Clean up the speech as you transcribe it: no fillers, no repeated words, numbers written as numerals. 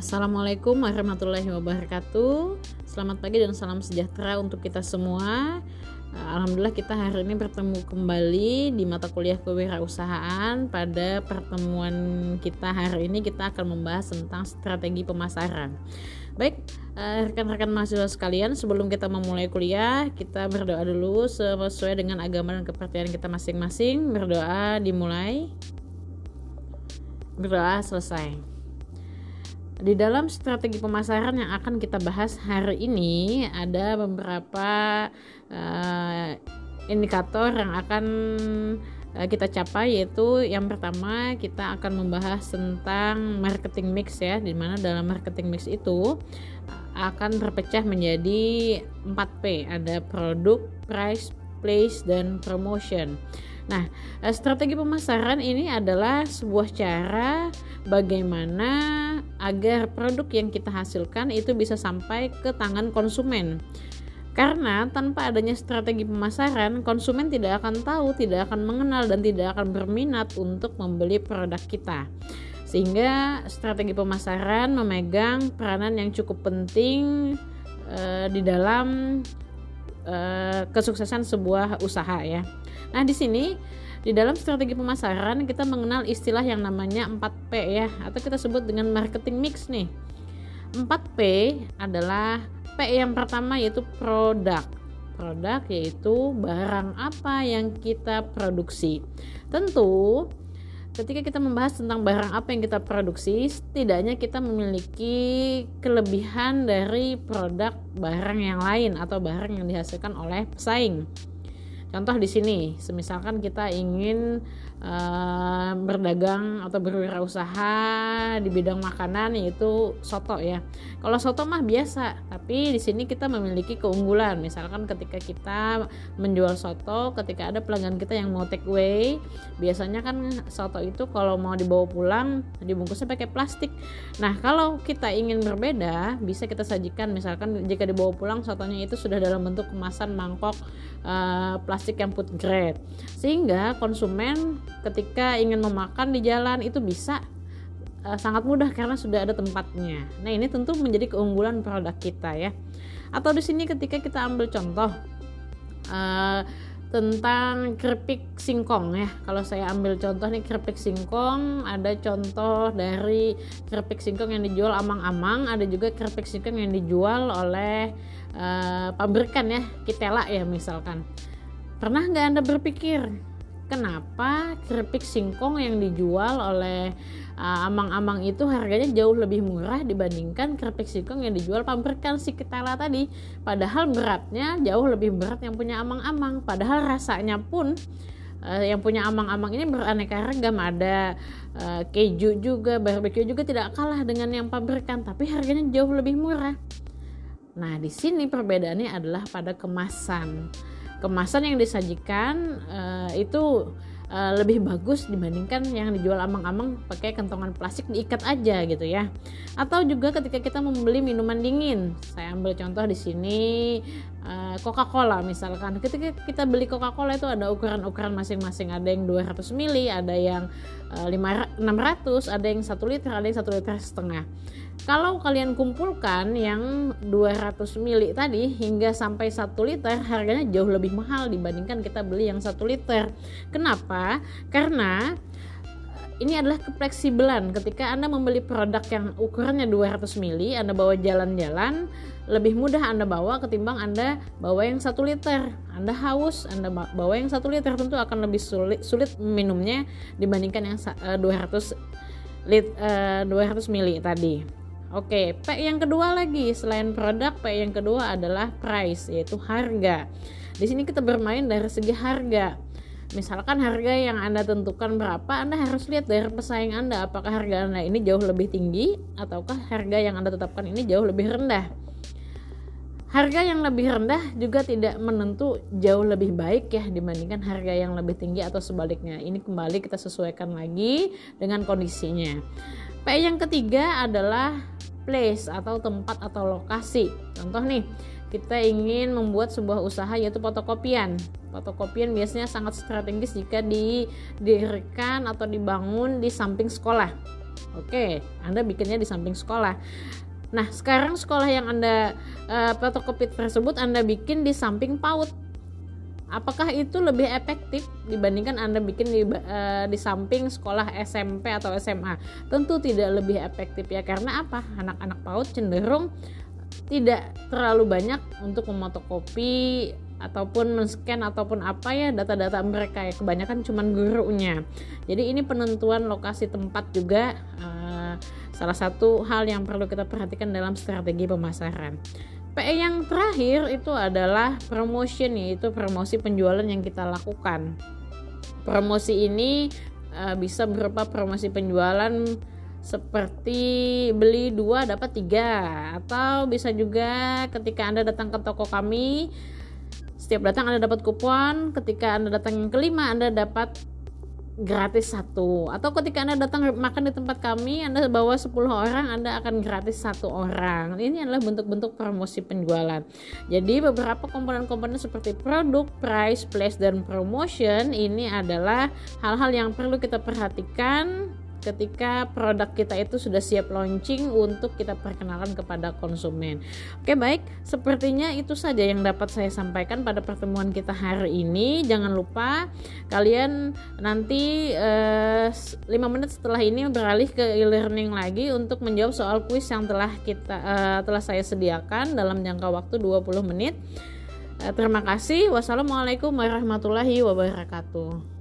Assalamualaikum warahmatullahi wabarakatuh. Selamat pagi dan salam sejahtera untuk kita semua. Alhamdulillah kita hari ini bertemu kembali di mata kuliah kewirausahaan. Pada pertemuan kita hari ini kita akan membahas tentang strategi pemasaran. Baik, rekan-rekan mahasiswa sekalian, sebelum kita memulai kuliah, kita berdoa dulu sesuai dengan agama dan kepercayaan kita masing-masing. Berdoa dimulai, berdoa selesai. Di dalam strategi pemasaran yang akan kita bahas hari ini ada beberapa indikator yang akan kita capai, yaitu yang pertama kita akan membahas tentang marketing mix ya, di mana dalam marketing mix itu akan terpecah menjadi 4P, ada produk, price, place, dan promotion. Nah, strategi pemasaran ini adalah sebuah cara bagaimana agar produk yang kita hasilkan itu bisa sampai ke tangan konsumen. Karena tanpa adanya strategi pemasaran, konsumen tidak akan tahu, tidak akan mengenal, dan tidak akan berminat untuk membeli produk kita. Sehingga strategi pemasaran memegang peranan yang cukup penting di dalam kesuksesan sebuah usaha ya. Nah, di sini di dalam strategi pemasaran kita mengenal istilah yang namanya 4P ya, atau kita sebut dengan marketing mix nih. 4P adalah P yang pertama yaitu produk. Produk yaitu barang apa yang kita produksi. Tentu ketika kita membahas tentang barang apa yang kita produksi, setidaknya kita memiliki kelebihan dari produk barang yang lain atau barang yang dihasilkan oleh pesaing. Contoh di sini, semisalkan kita ingin berdagang atau berwirausaha di bidang makanan, yaitu soto ya. Kalau soto mah biasa, tapi di sini kita memiliki keunggulan. Misalkan ketika kita menjual soto, ketika ada pelanggan kita yang mau take away, biasanya kan soto itu kalau mau dibawa pulang dibungkusnya pakai plastik. Nah, kalau kita ingin berbeda, bisa kita sajikan, misalkan jika dibawa pulang sotonya itu sudah dalam bentuk kemasan mangkok plastik yang food grade, sehingga konsumen ketika ingin memakan di jalan itu bisa sangat mudah karena sudah ada tempatnya. Nah, ini tentu menjadi keunggulan produk kita ya. Atau di sini ketika kita ambil contoh tentang keripik singkong ya. Kalau saya ambil contoh nih keripik singkong, ada contoh dari keripik singkong yang dijual amang-amang, ada juga keripik singkong yang dijual oleh pabrikan ya, Kitela ya misalkan. Pernah nggak Anda berpikir kenapa keripik singkong yang dijual oleh amang-amang itu harganya jauh lebih murah dibandingkan keripik singkong yang dijual pabrikan si Kitela tadi? Padahal beratnya jauh lebih berat yang punya amang-amang. Padahal rasanya pun yang punya amang-amang ini beraneka ragam, ada keju juga, barbecue juga, tidak kalah dengan yang pabrikan, tapi harganya jauh lebih murah. Nah, di sini perbedaannya adalah pada kemasan. Kemasan yang disajikan itu lebih bagus dibandingkan yang dijual amang-amang pakai kantongan plastik diikat aja gitu ya. Atau juga ketika kita membeli minuman dingin, saya ambil contoh di sini Coca-Cola misalkan. Ketika kita beli Coca-Cola itu ada ukuran-ukuran masing-masing, ada yang 200 ml, ada yang 600, ada yang 1 liter, ada yang 1,5 liter. Kalau kalian kumpulkan yang 200 ml tadi hingga sampai 1 liter, harganya jauh lebih mahal dibandingkan kita beli yang 1 liter. Kenapa? Karena ini adalah kefleksibelan. Ketika Anda membeli produk yang ukurannya 200 ml, Anda bawa jalan-jalan, lebih mudah Anda bawa ketimbang Anda bawa yang 1 liter. Anda haus, Anda bawa yang 1 liter, tentu akan lebih sulit minumnya dibandingkan yang 200 ml tadi. Oke, P yang kedua lagi selain produk, P yang kedua adalah price, yaitu harga. Di sini kita bermain dari segi harga. Misalkan harga yang Anda tentukan berapa, Anda harus lihat dari pesaing Anda, apakah harga Anda ini jauh lebih tinggi ataukah harga yang Anda tetapkan ini jauh lebih rendah. Harga yang lebih rendah juga tidak menentu jauh lebih baik ya dibandingkan harga yang lebih tinggi atau sebaliknya. Ini kembali kita sesuaikan lagi dengan kondisinya. P yang ketiga adalah place atau tempat atau lokasi. Contoh nih, kita ingin membuat sebuah usaha yaitu fotokopian. Fotokopian biasanya sangat strategis jika didirikan atau dibangun di samping sekolah. Oke, Anda bikinnya di samping sekolah. Nah, sekarang sekolah yang Anda fotokopi tersebut Anda bikin di samping PAUD. Apakah itu lebih efektif dibandingkan Anda bikin di samping sekolah SMP atau SMA? Tentu tidak lebih efektif ya, karena apa? Anak-anak PAUD cenderung tidak terlalu banyak untuk memotokopi ataupun men-scan ataupun apa ya data-data mereka ya, kebanyakan cuman gurunya. Jadi ini penentuan lokasi tempat juga salah satu hal yang perlu kita perhatikan dalam strategi pemasaran. PE yang terakhir itu adalah promotion, yaitu promosi penjualan yang kita lakukan. Promosi ini bisa berupa promosi penjualan seperti beli 2 dapat 3, atau bisa juga ketika Anda datang ke toko kami, setiap datang Anda dapat kupon, ketika Anda datang yang kelima Anda dapat gratis 1, atau ketika Anda datang makan di tempat kami Anda bawa 10 orang Anda akan gratis 1 orang. Ini adalah bentuk-bentuk promosi penjualan. Jadi beberapa komponen-komponen seperti produk, price, place, dan promotion ini adalah hal-hal yang perlu kita perhatikan ketika produk kita itu sudah siap launching untuk kita perkenalkan kepada konsumen. Oke, baik, sepertinya itu saja yang dapat saya sampaikan pada pertemuan kita hari ini. Jangan lupa kalian nanti 5 menit setelah ini beralih ke e-learning lagi untuk menjawab soal kuis yang telah saya sediakan dalam jangka waktu 20 menit. Terima kasih. Wassalamualaikum warahmatullahi wabarakatuh.